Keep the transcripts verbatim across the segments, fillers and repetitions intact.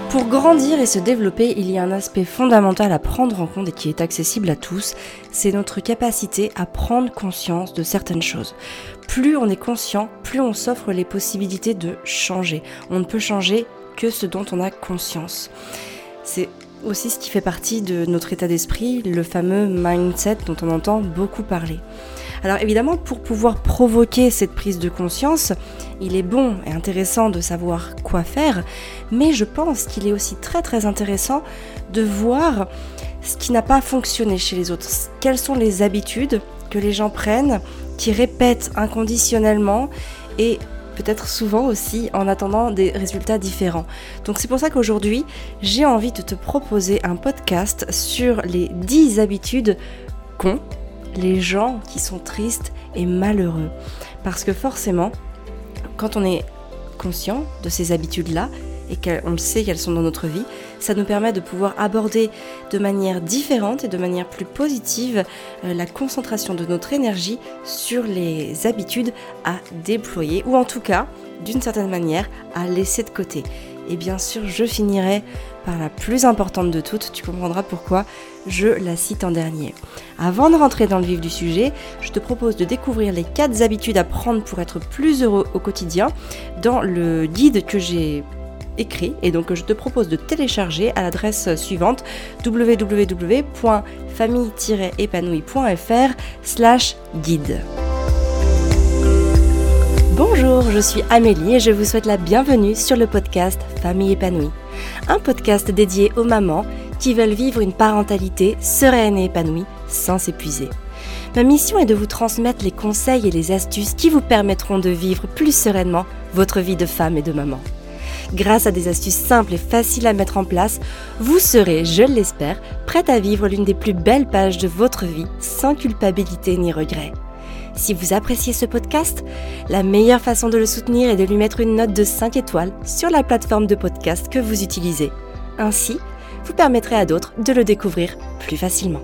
Pour grandir et se développer, il y a un aspect fondamental à prendre en compte et qui est accessible à tous, c'est notre capacité à prendre conscience de certaines choses. Plus on est conscient, plus on s'offre les possibilités de changer. On ne peut changer que ce dont on a conscience. C'est aussi ce qui fait partie de notre état d'esprit, le fameux mindset dont on entend beaucoup parler. Alors évidemment, pour pouvoir provoquer cette prise de conscience, il est bon et intéressant de savoir quoi faire, mais je pense qu'il est aussi très très intéressant de voir ce qui n'a pas fonctionné chez les autres. Quelles sont les habitudes que les gens prennent, qui répètent inconditionnellement et peut-être souvent aussi en attendant des résultats différents. Donc c'est pour ça qu'aujourd'hui, j'ai envie de te proposer un podcast sur les dix habitudes qu'ont les gens qui sont tristes et malheureux. Parce que forcément, quand on est conscient de ces habitudes-là, et qu'on le sait qu'elles sont dans notre vie, ça nous permet de pouvoir aborder de manière différente et de manière plus positive euh, la concentration de notre énergie sur les habitudes à déployer, ou en tout cas, d'une certaine manière, à laisser de côté. Et bien sûr, je finirai par la plus importante de toutes, tu comprendras pourquoi je la cite en dernier. Avant de rentrer dans le vif du sujet, je te propose de découvrir les quatre habitudes à prendre pour être plus heureux au quotidien dans le guide que j'ai écrit et donc je te propose de télécharger à l'adresse suivante w w w point famille tiret épanouie point f r slash guide. Bonjour, je suis Amélie et je vous souhaite la bienvenue sur le podcast Famille épanouie, un podcast dédié aux mamans qui veulent vivre une parentalité sereine et épanouie sans s'épuiser. Ma mission est de vous transmettre les conseils et les astuces qui vous permettront de vivre plus sereinement votre vie de femme et de maman. Grâce à des astuces simples et faciles à mettre en place, vous serez, je l'espère, prête à vivre l'une des plus belles pages de votre vie sans culpabilité ni regret. Si vous appréciez ce podcast, la meilleure façon de le soutenir est de lui mettre une note de cinq étoiles sur la plateforme de podcast que vous utilisez. Ainsi, vous permettrez à d'autres de le découvrir plus facilement.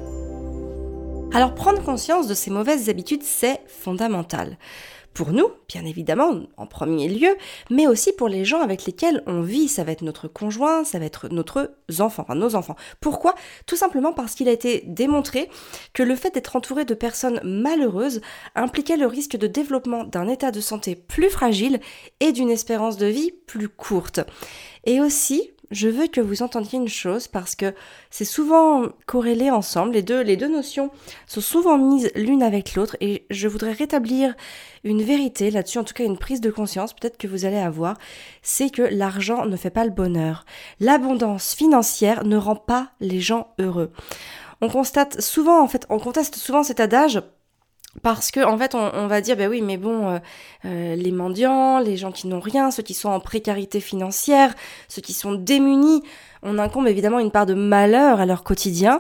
Alors prendre conscience de ces mauvaises habitudes, c'est fondamental. Pour nous, bien évidemment, en premier lieu, mais aussi pour les gens avec lesquels on vit. Ça va être notre conjoint, ça va être notre enfant, enfin nos enfants. Pourquoi ? Tout simplement parce qu'il a été démontré que le fait d'être entouré de personnes malheureuses impliquait le risque de développement d'un état de santé plus fragile et d'une espérance de vie plus courte. Et aussi, je veux que vous entendiez une chose parce que c'est souvent corrélé ensemble, les deux, les deux notions sont souvent mises l'une avec l'autre et je voudrais rétablir une vérité là-dessus, en tout cas une prise de conscience peut-être que vous allez avoir, c'est que l'argent ne fait pas le bonheur. L'abondance financière ne rend pas les gens heureux. On constate souvent, en fait, on conteste souvent cet adage parce que en fait on, on va dire ben oui mais bon euh, euh, les mendiants, les gens qui n'ont rien, ceux qui sont en précarité financière, ceux qui sont démunis, on incombe évidemment une part de malheur à leur quotidien.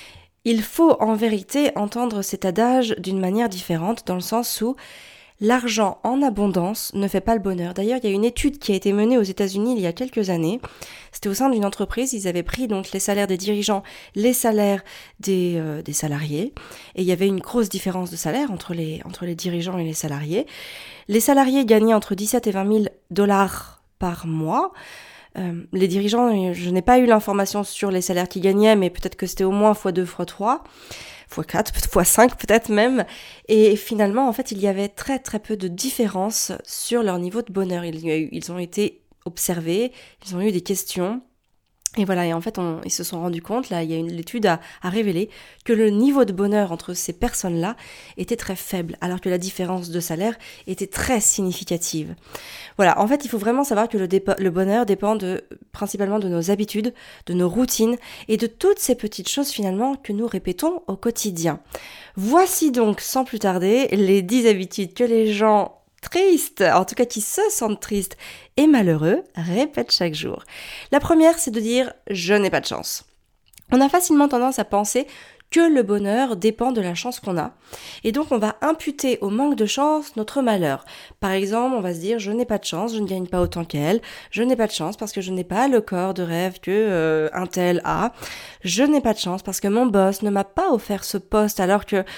Il faut en vérité entendre cet adage d'une manière différente dans le sens où l'argent en abondance ne fait pas le bonheur. D'ailleurs, il y a une étude qui a été menée aux États-Unis il y a quelques années. C'était au sein d'une entreprise. Ils avaient pris donc les salaires des dirigeants, les salaires des, euh, des salariés. Et il y avait une grosse différence de salaire entre les, entre les dirigeants et les salariés. Les salariés gagnaient entre dix-sept et vingt mille dollars par mois. Euh, les dirigeants, je n'ai pas eu l'information sur les salaires qu'ils gagnaient, mais peut-être que c'était au moins fois deux, fois trois. fois quatre, fois cinq peut-être même, et finalement en fait il y avait très très peu de différence sur leur niveau de bonheur. Il y a eu, ils ont été observés, ils ont eu des questions, et voilà, et en fait on, ils se sont rendus compte, là il y a une l'étude à, à révéler que le niveau de bonheur entre ces personnes-là était très faible, alors que la différence de salaire était très significative. Voilà, en fait il faut vraiment savoir que le, dépo- le bonheur dépend de, principalement de nos habitudes, de nos routines et de toutes ces petites choses finalement que nous répétons au quotidien. Voici donc sans plus tarder les dix habitudes que les gens tristes, en tout cas qui se sentent tristes et malheureux, répètent chaque jour. La première, c'est de dire « je n'ai pas de chance ». On a facilement tendance à penser que le bonheur dépend de la chance qu'on a. Et donc, on va imputer au manque de chance notre malheur. Par exemple, on va se dire « je n'ai pas de chance, je ne gagne pas autant qu'elle. Je n'ai pas de chance parce que je n'ai pas le corps de rêve que euh, un tel a. Je n'ai pas de chance parce que mon boss ne m'a pas offert ce poste alors que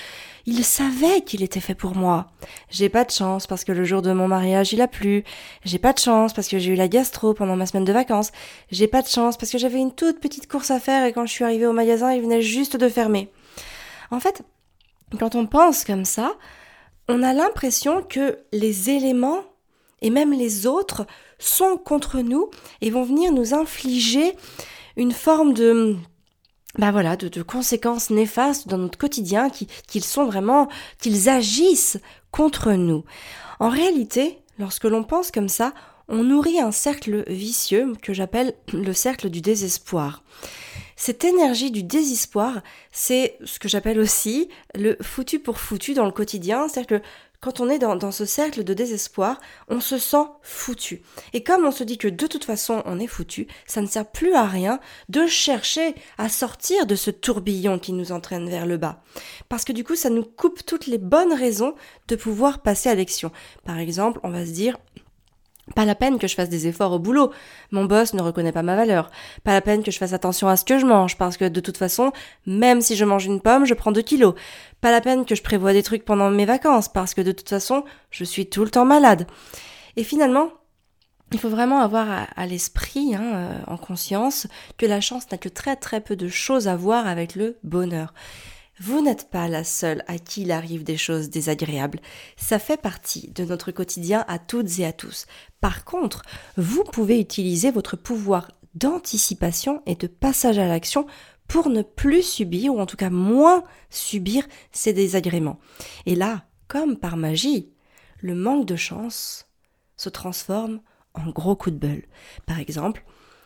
Il savait qu'il était fait pour moi. J'ai pas de chance parce que le jour de mon mariage, il a plu. J'ai pas de chance parce que j'ai eu la gastro pendant ma semaine de vacances. J'ai pas de chance parce que j'avais une toute petite course à faire et quand je suis arrivée au magasin, il venait juste de fermer. En fait, quand on pense comme ça, on a l'impression que les éléments et même les autres sont contre nous et vont venir nous infliger une forme de, bah voilà, de, de conséquences néfastes dans notre quotidien, qui, qu'ils sont vraiment, qu'ils agissent contre nous. En réalité, lorsque l'on pense comme ça, on nourrit un cercle vicieux que j'appelle le cercle du désespoir. Cette énergie du désespoir, c'est ce que j'appelle aussi le foutu pour foutu dans le quotidien, c'est-à-dire que quand on est dans, dans ce cercle de désespoir, on se sent foutu. Et comme on se dit que de toute façon on est foutu, ça ne sert plus à rien de chercher à sortir de ce tourbillon qui nous entraîne vers le bas. Parce que du coup, ça nous coupe toutes les bonnes raisons de pouvoir passer à l'action. Par exemple, on va se dire... Pas la peine que je fasse des efforts au boulot. Mon boss ne reconnaît pas ma valeur. Pas la peine que je fasse attention à ce que je mange, parce que de toute façon, même si je mange une pomme, je prends deux kilos. Pas la peine que je prévoie des trucs pendant mes vacances, parce que de toute façon, je suis tout le temps malade. Et finalement, il faut vraiment avoir à, à l'esprit, hein, euh, en conscience, que la chance n'a que très très peu de choses à voir avec le bonheur. Vous n'êtes pas la seule à qui il arrive des choses désagréables. Ça fait partie de notre quotidien à toutes et à tous. Par contre, vous pouvez utiliser votre pouvoir d'anticipation et de passage à l'action pour ne plus subir, ou en tout cas moins subir, ces désagréments. Et là, comme par magie, le manque de chance se transforme en gros coup de beule. Par exemple,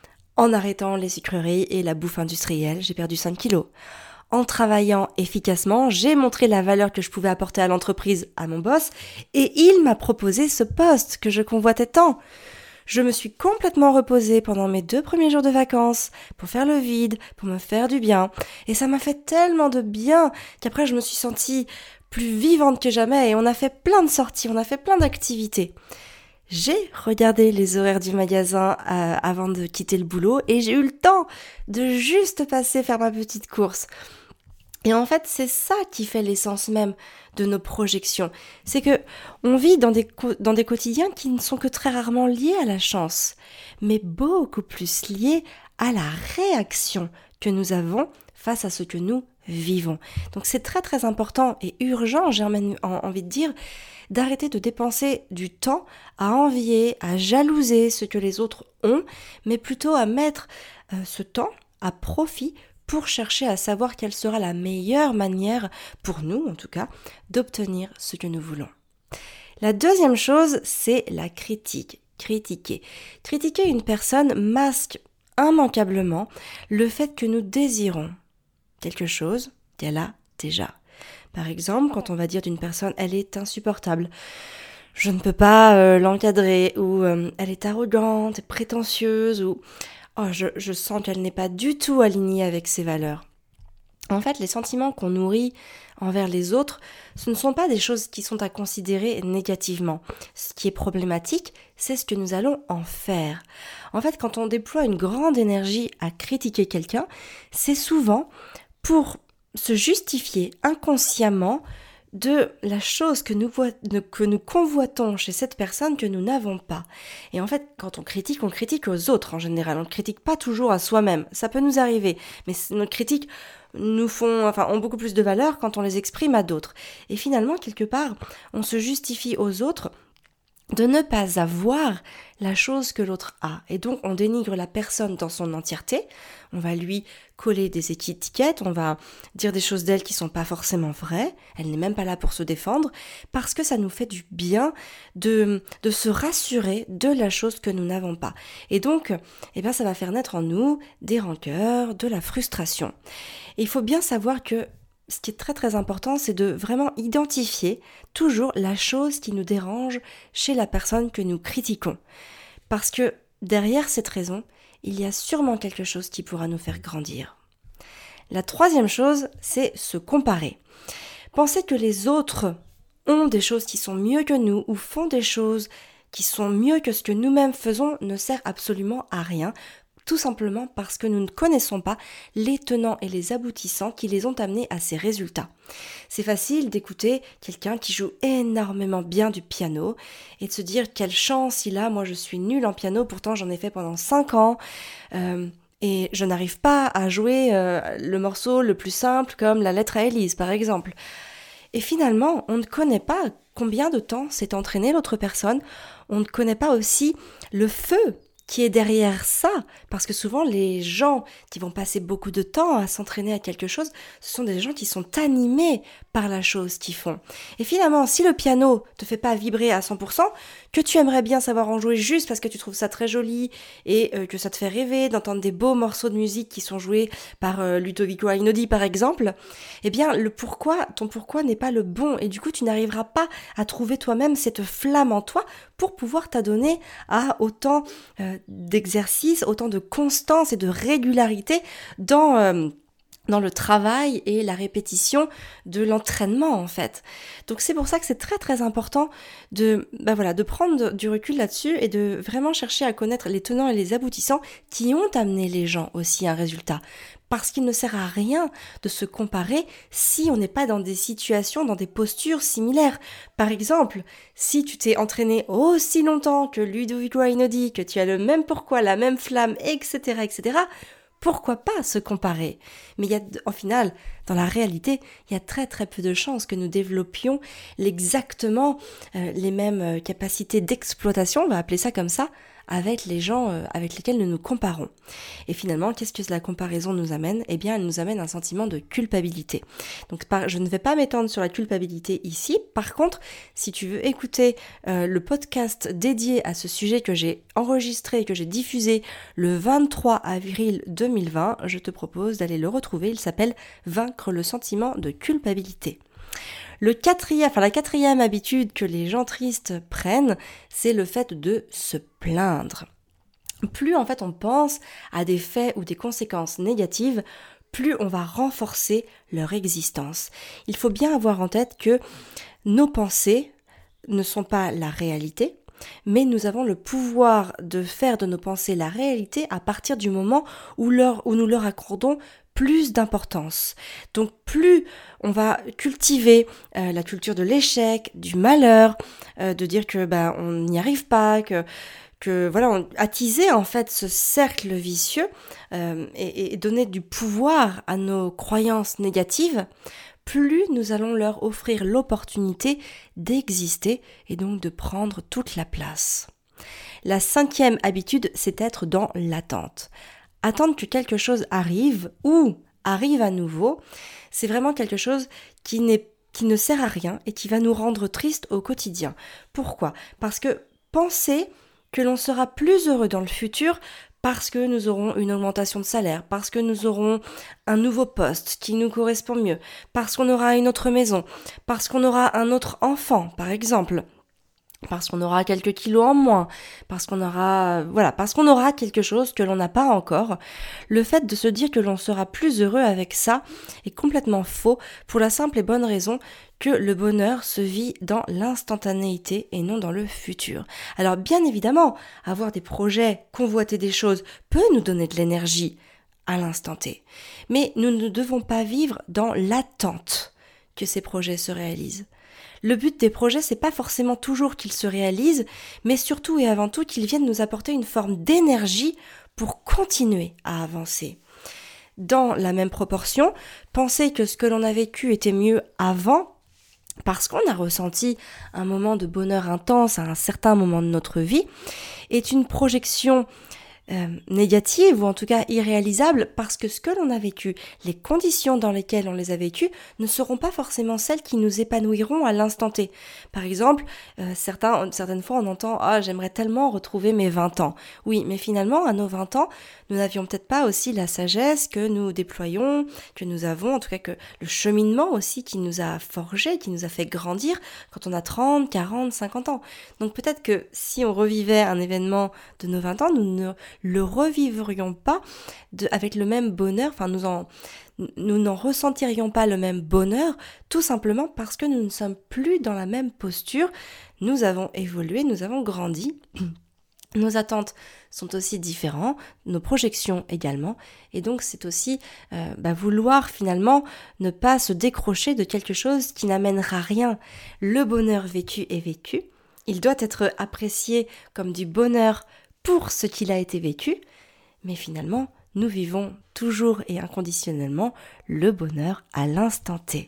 en arrêtant les sucreries et la bouffe industrielle, j'ai perdu cinq kilos. En travaillant efficacement, j'ai montré la valeur que je pouvais apporter à l'entreprise à mon boss et il m'a proposé ce poste que je convoitais tant. Je me suis complètement reposée pendant mes deux premiers jours de vacances pour faire le vide, pour me faire du bien. Et ça m'a fait tellement de bien qu'après je me suis sentie plus vivante que jamais et on a fait plein de sorties, on a fait plein d'activités. J'ai regardé les horaires du magasin euh, avant de quitter le boulot et j'ai eu le temps de juste passer faire ma petite course. Et en fait, c'est ça qui fait l'essence même de nos projections. C'est que on vit dans des, co- dans des quotidiens qui ne sont que très rarement liés à la chance, mais beaucoup plus liés à la réaction que nous avons face à ce que nous vivons. Donc c'est très très important et urgent, j'ai même envie de dire, d'arrêter de dépenser du temps à envier, à jalouser ce que les autres ont, mais plutôt à mettre euh, ce temps à profit pour chercher à savoir quelle sera la meilleure manière, pour nous en tout cas, d'obtenir ce que nous voulons. La deuxième chose, c'est la critique. Critiquer. Critiquer une personne masque immanquablement le fait que nous désirons quelque chose qu'elle a déjà. Par exemple, quand on va dire d'une personne « elle est insupportable », je ne peux pas euh, l'encadrer, ou euh, « elle est arrogante, prétentieuse », ou « oh, je, je sens qu'elle n'est pas du tout alignée avec ses valeurs ». En fait, les sentiments qu'on nourrit envers les autres, ce ne sont pas des choses qui sont à considérer négativement. Ce qui est problématique, c'est ce que nous allons en faire. En fait, quand on déploie une grande énergie à critiquer quelqu'un, c'est souvent pour se justifier inconsciemment de la chose que nous, que nous convoitons chez cette personne que nous n'avons pas. Et en fait, quand on critique, on critique aux autres en général. On ne critique pas toujours à soi-même. Ça peut nous arriver, mais nos critiques nous font, enfin, ont beaucoup plus de valeur quand on les exprime à d'autres. Et finalement, quelque part, on se justifie aux autres de ne pas avoir la chose que l'autre a. Et donc, on dénigre la personne dans son entièreté. On va lui coller des étiquettes, on va dire des choses d'elle qui sont pas forcément vraies. Elle n'est même pas là pour se défendre, parce que ça nous fait du bien de, de se rassurer de la chose que nous n'avons pas. Et donc, eh bien, ça va faire naître en nous des rancœurs, de la frustration. Et il faut bien savoir que ce qui est très très important, c'est de vraiment identifier toujours la chose qui nous dérange chez la personne que nous critiquons. Parce que derrière cette raison, il y a sûrement quelque chose qui pourra nous faire grandir. La troisième chose, c'est se comparer. Penser que les autres ont des choses qui sont mieux que nous ou font des choses qui sont mieux que ce que nous-mêmes faisons ne sert absolument à rien. Tout simplement parce que nous ne connaissons pas les tenants et les aboutissants qui les ont amenés à ces résultats. C'est facile d'écouter quelqu'un qui joue énormément bien du piano et de se dire quelle chance il a, moi je suis nulle en piano, pourtant j'en ai fait pendant cinq ans euh, et je n'arrive pas à jouer euh, le morceau le plus simple comme la lettre à Élise par exemple. Et finalement, on ne connaît pas combien de temps s'est entraînée l'autre personne, on ne connaît pas aussi le feu qui est derrière ça, parce que souvent les gens qui vont passer beaucoup de temps à s'entraîner à quelque chose, ce sont des gens qui sont animés par la chose qu'ils font. Et finalement, si le piano te fait pas vibrer à cent pour cent, que tu aimerais bien savoir en jouer juste parce que tu trouves ça très joli et euh, que ça te fait rêver d'entendre des beaux morceaux de musique qui sont joués par euh, Ludovico Einaudi par exemple, eh bien le pourquoi, ton pourquoi n'est pas le bon et du coup tu n'arriveras pas à trouver toi-même cette flamme en toi pour pouvoir t'adonner à autant euh, d'exercices, autant de constance et de régularité dans, euh, dans le travail et la répétition de l'entraînement en fait. Donc c'est pour ça que c'est très très important de, bah voilà, de prendre du recul là-dessus et de vraiment chercher à connaître les tenants et les aboutissants qui ont amené les gens aussi à un résultat. Parce qu'il ne sert à rien de se comparer si on n'est pas dans des situations, dans des postures similaires. Par exemple, si tu t'es entraîné aussi longtemps que Ludovico Einaudi, que tu as le même pourquoi, la même flamme, et cetera, et cetera, pourquoi pas se comparer? Mais il y a, en final, dans la réalité, il y a très très peu de chances que nous développions exactement euh, les mêmes capacités d'exploitation, on va appeler ça comme ça, avec les gens euh, avec lesquels nous nous comparons. Et finalement, qu'est-ce que la comparaison nous amène ? Eh bien, elle nous amène un sentiment de culpabilité. Donc, par, je ne vais pas m'étendre sur la culpabilité ici. Par contre, si tu veux écouter euh, le podcast dédié à ce sujet que j'ai enregistré et que j'ai diffusé le vingt-trois avril deux mille vingt, je te propose d'aller le retrouver. Il s'appelle « Vaincre le sentiment de culpabilité ». Le quatrième, enfin la quatrième habitude que les gens tristes prennent, c'est le fait de se plaindre. Plus en fait on pense à des faits ou des conséquences négatives, plus on va renforcer leur existence. Il faut bien avoir en tête que nos pensées ne sont pas la réalité, mais nous avons le pouvoir de faire de nos pensées la réalité à partir du moment où, leur, où nous leur accordons plus d'importance. Donc plus on va cultiver euh, la culture de l'échec, du malheur, euh, de dire que bah on n'y arrive pas, que que voilà, on, attiser en fait ce cercle vicieux euh, et, et donner du pouvoir à nos croyances négatives, plus nous allons leur offrir l'opportunité d'exister et donc de prendre toute la place. La cinquième habitude, c'est être dans l'attente. Attendre que quelque chose arrive ou arrive à nouveau, c'est vraiment quelque chose qui n'est, qui ne sert à rien et qui va nous rendre tristes au quotidien. Pourquoi ? Parce que penser que l'on sera plus heureux dans le futur parce que nous aurons une augmentation de salaire, parce que nous aurons un nouveau poste qui nous correspond mieux, parce qu'on aura une autre maison, parce qu'on aura un autre enfant, par exemple, parce qu'on aura quelques kilos en moins, parce qu'on aura, voilà, parce qu'on aura quelque chose que l'on n'a pas encore. Le fait de se dire que l'on sera plus heureux avec ça est complètement faux pour la simple et bonne raison que le bonheur se vit dans l'instantanéité et non dans le futur. Alors bien évidemment, avoir des projets, convoiter des choses peut nous donner de l'énergie à l'instant T. Mais nous ne devons pas vivre dans l'attente que ces projets se réalisent. Le but des projets, c'est pas forcément toujours qu'ils se réalisent, mais surtout et avant tout qu'ils viennent nous apporter une forme d'énergie pour continuer à avancer. Dans la même proportion, penser que ce que l'on a vécu était mieux avant, parce qu'on a ressenti un moment de bonheur intense à un certain moment de notre vie, est une projection Euh, négative ou en tout cas irréalisable parce que ce que l'on a vécu, les conditions dans lesquelles on les a vécues ne seront pas forcément celles qui nous épanouiront à l'instant T. Par exemple, euh, certains, certaines fois on entend « Ah, j'aimerais tellement retrouver mes vingt ans ». Oui, mais finalement, à nos vingt ans, nous n'avions peut-être pas aussi la sagesse que nous déployons, que nous avons, en tout cas que le cheminement aussi qui nous a forgé, qui nous a fait grandir quand on a trente, quarante, cinquante ans. Donc peut-être que si on revivait un événement de nos vingt ans, nous ne le revivrions pas de, avec le même bonheur, enfin nous en, nous n'en ressentirions pas le même bonheur, tout simplement parce que nous ne sommes plus dans la même posture, nous avons évolué, nous avons grandi, Nos attentes sont aussi différentes, nos projections également, et donc c'est aussi euh, bah, vouloir finalement ne pas se décrocher de quelque chose qui n'amènera rien. Le bonheur vécu est vécu, il doit être apprécié comme du bonheur pour ce qu'il a été vécu, mais finalement nous vivons toujours et inconditionnellement le bonheur à l'instant T.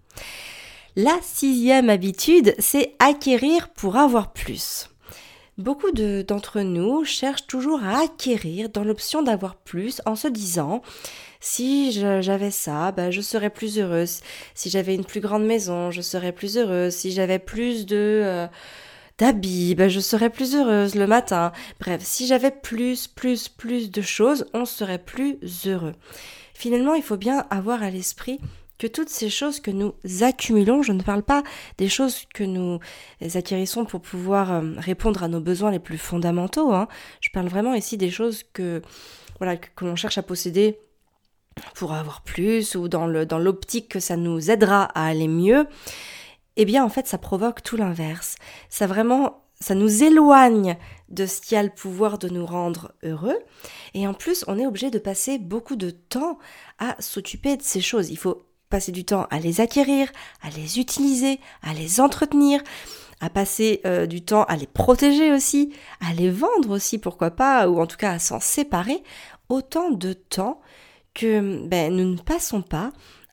La sixième habitude, c'est acquérir pour avoir plus. Beaucoup de, d'entre nous cherchent toujours à acquérir dans l'option d'avoir plus en se disant « si je, j'avais ça, ben je serais plus heureuse. Si j'avais une plus grande maison, je serais plus heureuse. Si j'avais plus de, euh, d'habits, ben je serais plus heureuse le matin. Bref, si j'avais plus, plus, plus de choses, on serait plus heureux. » Finalement, il faut bien avoir à l'esprit que toutes ces choses que nous accumulons, je ne parle pas des choses que nous acquérissons pour pouvoir répondre à nos besoins les plus fondamentaux, hein. Je parle vraiment ici des choses que, voilà, que, que l'on cherche à posséder pour avoir plus ou dans, le, dans l'optique que ça nous aidera à aller mieux. Eh bien, en fait, ça provoque tout l'inverse. Ça vraiment... Ça nous éloigne de ce qui a le pouvoir de nous rendre heureux. Et en plus, on est obligé de passer beaucoup de temps à s'occuper de ces choses. Il faut passer du temps à les acquérir, à les utiliser, à les entretenir, à passer euh, du temps à les protéger aussi, à les vendre aussi, pourquoi pas, ou en tout cas à s'en séparer. Autant de temps que ben, nous ne passons pas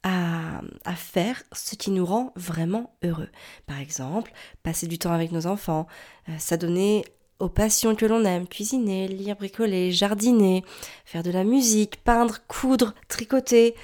À, à faire ce qui nous rend vraiment heureux. Par exemple, passer du temps avec nos enfants, euh, s'adonner aux passions que l'on aime, cuisiner, lire, bricoler, jardiner, faire de la musique, peindre, coudre, tricoter,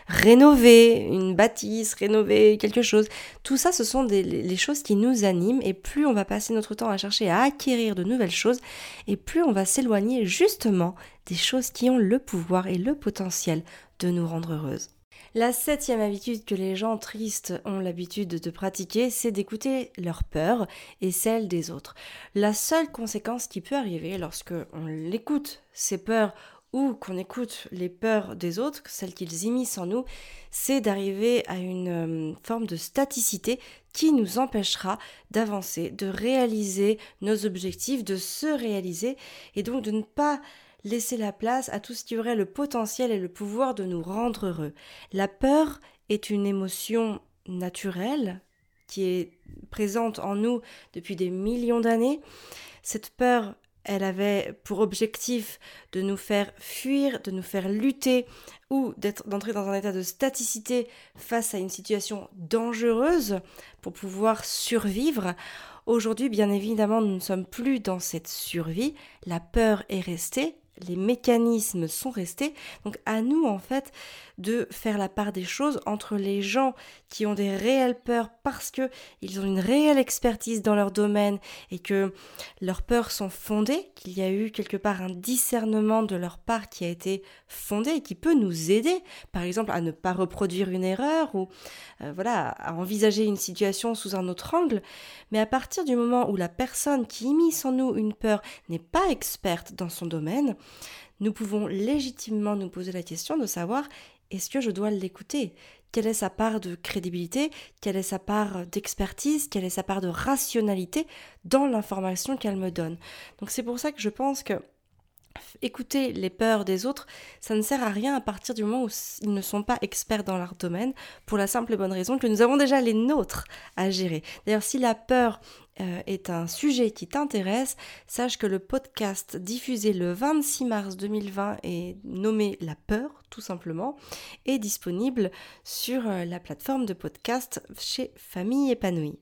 rénover une bâtisse, rénover quelque chose. Tout ça, ce sont des, les choses qui nous animent et plus on va passer notre temps à chercher à acquérir de nouvelles choses et plus on va s'éloigner justement des choses qui ont le pouvoir et le potentiel de nous rendre heureuses. La septième habitude que les gens tristes ont l'habitude de pratiquer, c'est d'écouter leurs peurs et celles des autres. La seule conséquence qui peut arriver lorsque on l'écoute, ces peurs, ou qu'on écoute les peurs des autres, celles qu'ils immiscent en nous, c'est d'arriver à une euh, forme de staticité qui nous empêchera d'avancer, de réaliser nos objectifs, de se réaliser et donc de ne pas laisser la place à tout ce qui aurait le potentiel et le pouvoir de nous rendre heureux. La peur est une émotion naturelle qui est présente en nous depuis des millions d'années. Cette peur, elle avait pour objectif de nous faire fuir, de nous faire lutter ou d'être, d'entrer dans un état de staticité face à une situation dangereuse pour pouvoir survivre. Aujourd'hui, bien évidemment, nous ne sommes plus dans cette survie. La peur est restée. Les mécanismes sont restés, donc à nous en fait de faire la part des choses entre les gens qui ont des réelles peurs parce qu'ils ont une réelle expertise dans leur domaine et que leurs peurs sont fondées, qu'il y a eu quelque part un discernement de leur part qui a été fondé et qui peut nous aider, par exemple à ne pas reproduire une erreur ou euh, voilà, à envisager une situation sous un autre angle, mais à partir du moment où la personne qui immisce en nous une peur n'est pas experte dans son domaine, nous pouvons légitimement nous poser la question de savoir est-ce que je dois l'écouter ? Quelle est sa part de crédibilité ? Quelle est sa part d'expertise ? Quelle est sa part de rationalité dans l'information qu'elle me donne ? Donc c'est pour ça que je pense que écouter les peurs des autres, ça ne sert à rien à partir du moment où ils ne sont pas experts dans leur domaine, pour la simple et bonne raison que nous avons déjà les nôtres à gérer. D'ailleurs, si la peur euh, est un sujet qui t'intéresse, sache que le podcast diffusé le vingt-six mars deux mille vingt et nommé La peur, tout simplement, est disponible sur euh, la plateforme de podcast chez Famille épanouie.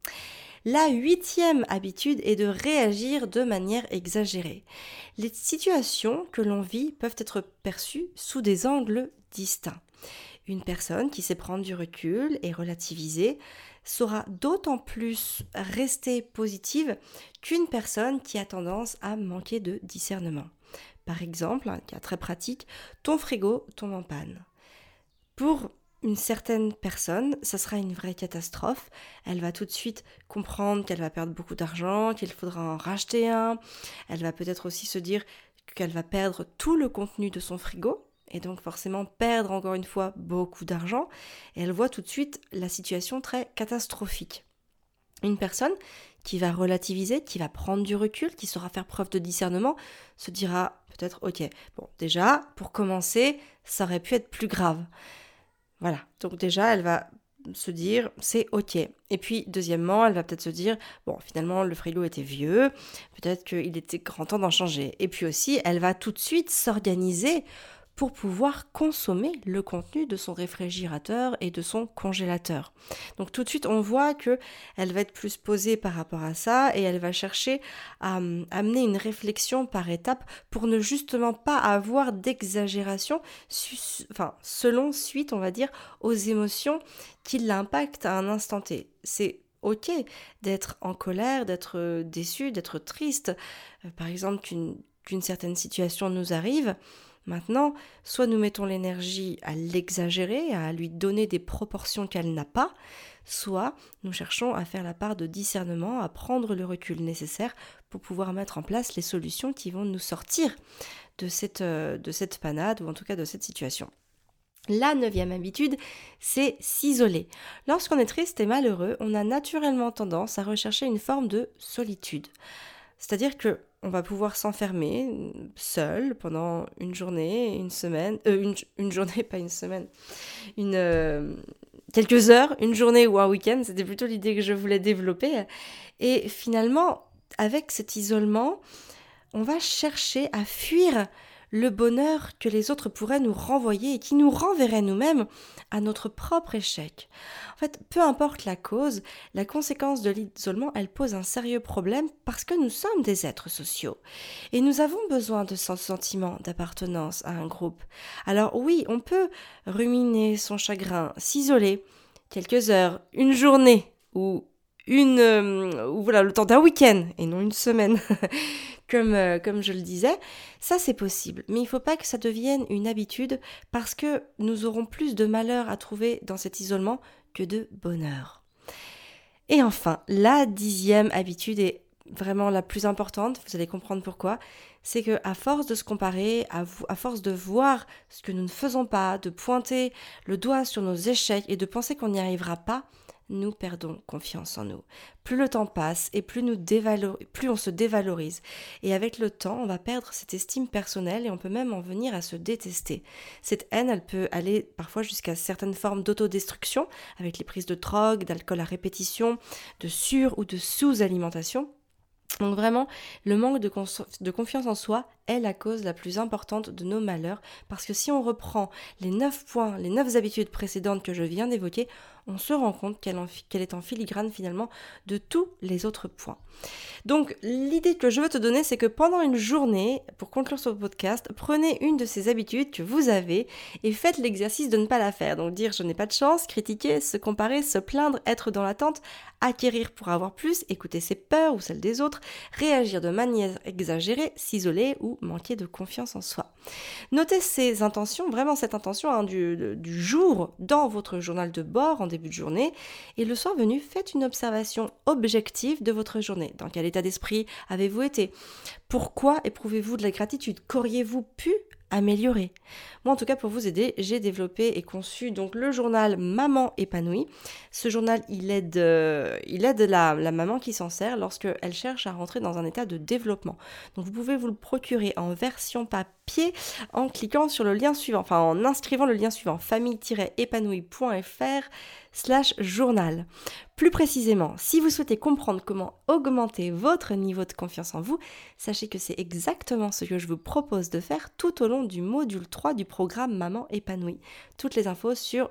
La huitième habitude est de réagir de manière exagérée. Les situations que l'on vit peuvent être perçues sous des angles distincts. Une personne qui sait prendre du recul et relativiser saura d'autant plus rester positive qu'une personne qui a tendance à manquer de discernement. Par exemple, un cas très pratique, ton frigo tombe en panne. Pour une certaine personne, ça sera une vraie catastrophe. Elle va tout de suite comprendre qu'elle va perdre beaucoup d'argent, qu'il faudra en racheter un. Elle va peut-être aussi se dire qu'elle va perdre tout le contenu de son frigo et donc forcément perdre encore une fois beaucoup d'argent. Et elle voit tout de suite la situation très catastrophique. Une personne qui va relativiser, qui va prendre du recul, qui saura faire preuve de discernement, se dira peut-être « Ok, bon, déjà, pour commencer, ça aurait pu être plus grave. » Voilà, donc déjà, elle va se dire c'est ok. Et puis deuxièmement, elle va peut-être se dire bon, finalement le frigo était vieux, peut-être qu'il était grand temps d'en changer. Et puis aussi, elle va tout de suite s'organiser pour pouvoir consommer le contenu de son réfrigérateur et de son congélateur. Donc tout de suite, on voit que elle va être plus posée par rapport à ça et elle va chercher à um, amener une réflexion par étapes pour ne justement pas avoir d'exagération, su- enfin, selon suite, on va dire, aux émotions qui l'impactent à un instant T. C'est ok d'être en colère, d'être déçu, d'être triste. Euh, par exemple, qu'une, qu'une certaine situation nous arrive. Maintenant, soit nous mettons l'énergie à l'exagérer, à lui donner des proportions qu'elle n'a pas, soit nous cherchons à faire la part de discernement, à prendre le recul nécessaire pour pouvoir mettre en place les solutions qui vont nous sortir de cette, de cette panade ou en tout cas de cette situation. La neuvième habitude, c'est s'isoler. Lorsqu'on est triste et malheureux, on a naturellement tendance à rechercher une forme de solitude. C'est-à-dire que on va pouvoir s'enfermer seul pendant une journée, une semaine, euh, une, une journée, pas une semaine, une, euh, quelques heures, une journée ou un week-end, c'était plutôt l'idée que je voulais développer. Et finalement, avec cet isolement, on va chercher à fuir le bonheur que les autres pourraient nous renvoyer et qui nous renverrait nous-mêmes à notre propre échec. En fait, peu importe la cause, la conséquence de l'isolement, elle pose un sérieux problème parce que nous sommes des êtres sociaux et nous avons besoin de ce sentiment d'appartenance à un groupe. Alors oui, on peut ruminer son chagrin, s'isoler quelques heures, une journée ou une euh, ou voilà le temps d'un week-end et non une semaine. Comme, euh, comme je le disais, ça c'est possible, mais il ne faut pas que ça devienne une habitude parce que nous aurons plus de malheur à trouver dans cet isolement que de bonheur. Et enfin, la dixième habitude est vraiment la plus importante, vous allez comprendre pourquoi, c'est qu'à force de se comparer, à, vo- à force de voir ce que nous ne faisons pas, de pointer le doigt sur nos échecs et de penser qu'on n'y arrivera pas, nous perdons confiance en nous. Plus le temps passe et plus, nous dévalor- plus on se dévalorise. Et avec le temps, on va perdre cette estime personnelle et on peut même en venir à se détester. Cette haine, elle peut aller parfois jusqu'à certaines formes d'autodestruction, avec les prises de drogue, d'alcool à répétition, de sur- ou de sous-alimentation. Donc vraiment, le manque de, cons- de confiance en soi est la cause la plus importante de nos malheurs, parce que si on reprend les neuf points, les neuf habitudes précédentes que je viens d'évoquer, on se rend compte qu'elle, en, qu'elle est en filigrane finalement de tous les autres points. Donc l'idée que je veux te donner, c'est que pendant une journée, pour conclure ce podcast, prenez une de ces habitudes que vous avez et faites l'exercice de ne pas la faire. Donc dire je n'ai pas de chance, critiquer, se comparer, se plaindre, être dans l'attente, acquérir pour avoir plus, écouter ses peurs ou celles des autres, réagir de manière exagérée, s'isoler ou manquer de confiance en soi. Notez ces intentions, vraiment cette intention hein, du, du jour dans votre journal de bord en début de journée et le soir venu, faites une observation objective de votre journée. Dans quel état d'esprit avez-vous été ? Pourquoi éprouvez-vous de la gratitude ? Qu'auriez-vous pu améliorer ? Moi, en tout cas, pour vous aider, j'ai développé et conçu donc le journal Maman épanouie. Ce journal, il aide, euh, il aide la, la maman qui s'en sert lorsqu'elle cherche à rentrer dans un état de développement. Donc, vous pouvez vous le procurer en version papier en cliquant sur le lien suivant, enfin en inscrivant le lien suivant, famille-épanouie.fr slash journal. Plus précisément, si vous souhaitez comprendre comment augmenter votre niveau de confiance en vous, sachez que c'est exactement ce que je vous propose de faire tout au long du module trois du programme Maman épanouie. Toutes les infos sur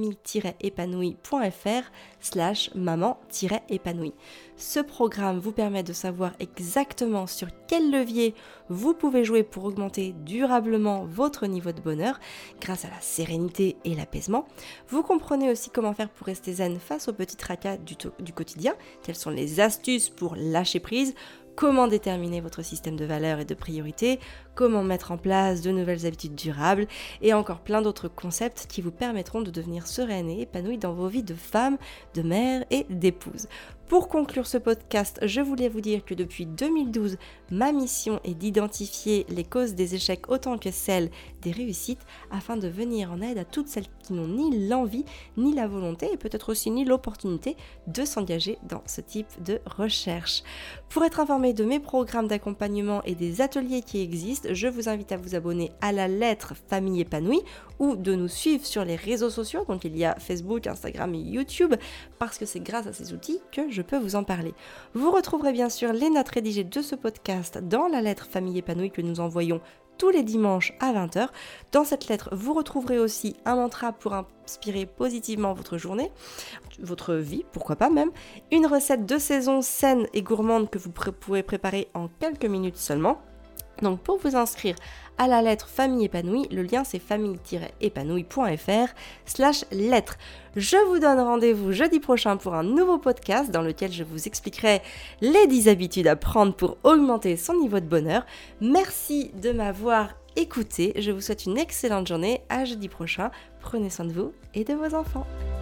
famille-épanouie.fr slash maman-épanouie. Ce programme vous permet de savoir exactement sur quel levier vous pouvez jouer pour augmenter durablement votre niveau de bonheur grâce à la sérénité et l'apaisement. Vous comprenez aussi comment faire pour rester zen face aux petits tracas du, to- du quotidien, quelles sont les astuces pour lâcher prise, comment déterminer votre système de valeurs et de priorités, comment mettre en place de nouvelles habitudes durables et encore plein d'autres concepts qui vous permettront de devenir sereine et épanouie dans vos vies de femme, de mère et d'épouse. Pour conclure ce podcast, je voulais vous dire que depuis deux mille douze, ma mission est d'identifier les causes des échecs autant que celles des réussites afin de venir en aide à toutes celles qui n'ont ni l'envie, ni la volonté et peut-être aussi ni l'opportunité de s'engager dans ce type de recherche. Pour être informé de mes programmes d'accompagnement et des ateliers qui existent, je vous invite à vous abonner à la lettre Famille épanouie ou de nous suivre sur les réseaux sociaux, donc il y a Facebook, Instagram et YouTube, parce que c'est grâce à ces outils que je peux vous en parler. Vous retrouverez bien sûr les notes rédigées de ce podcast dans la lettre Famille épanouie que nous envoyons tous les dimanches à vingt heures. Dans cette lettre, vous retrouverez aussi un mantra pour inspirer positivement votre journée, votre vie, pourquoi pas même, une recette de saison saine et gourmande que vous pr- pouvez préparer en quelques minutes seulement. Donc pour vous inscrire à la lettre Famille épanouie, le lien c'est famille-épanouie.fr slash lettre. Je vous donne rendez-vous jeudi prochain pour un nouveau podcast dans lequel je vous expliquerai les dix habitudes à prendre pour augmenter son niveau de bonheur. Merci de m'avoir écouté, je vous souhaite une excellente journée, à jeudi prochain, prenez soin de vous et de vos enfants.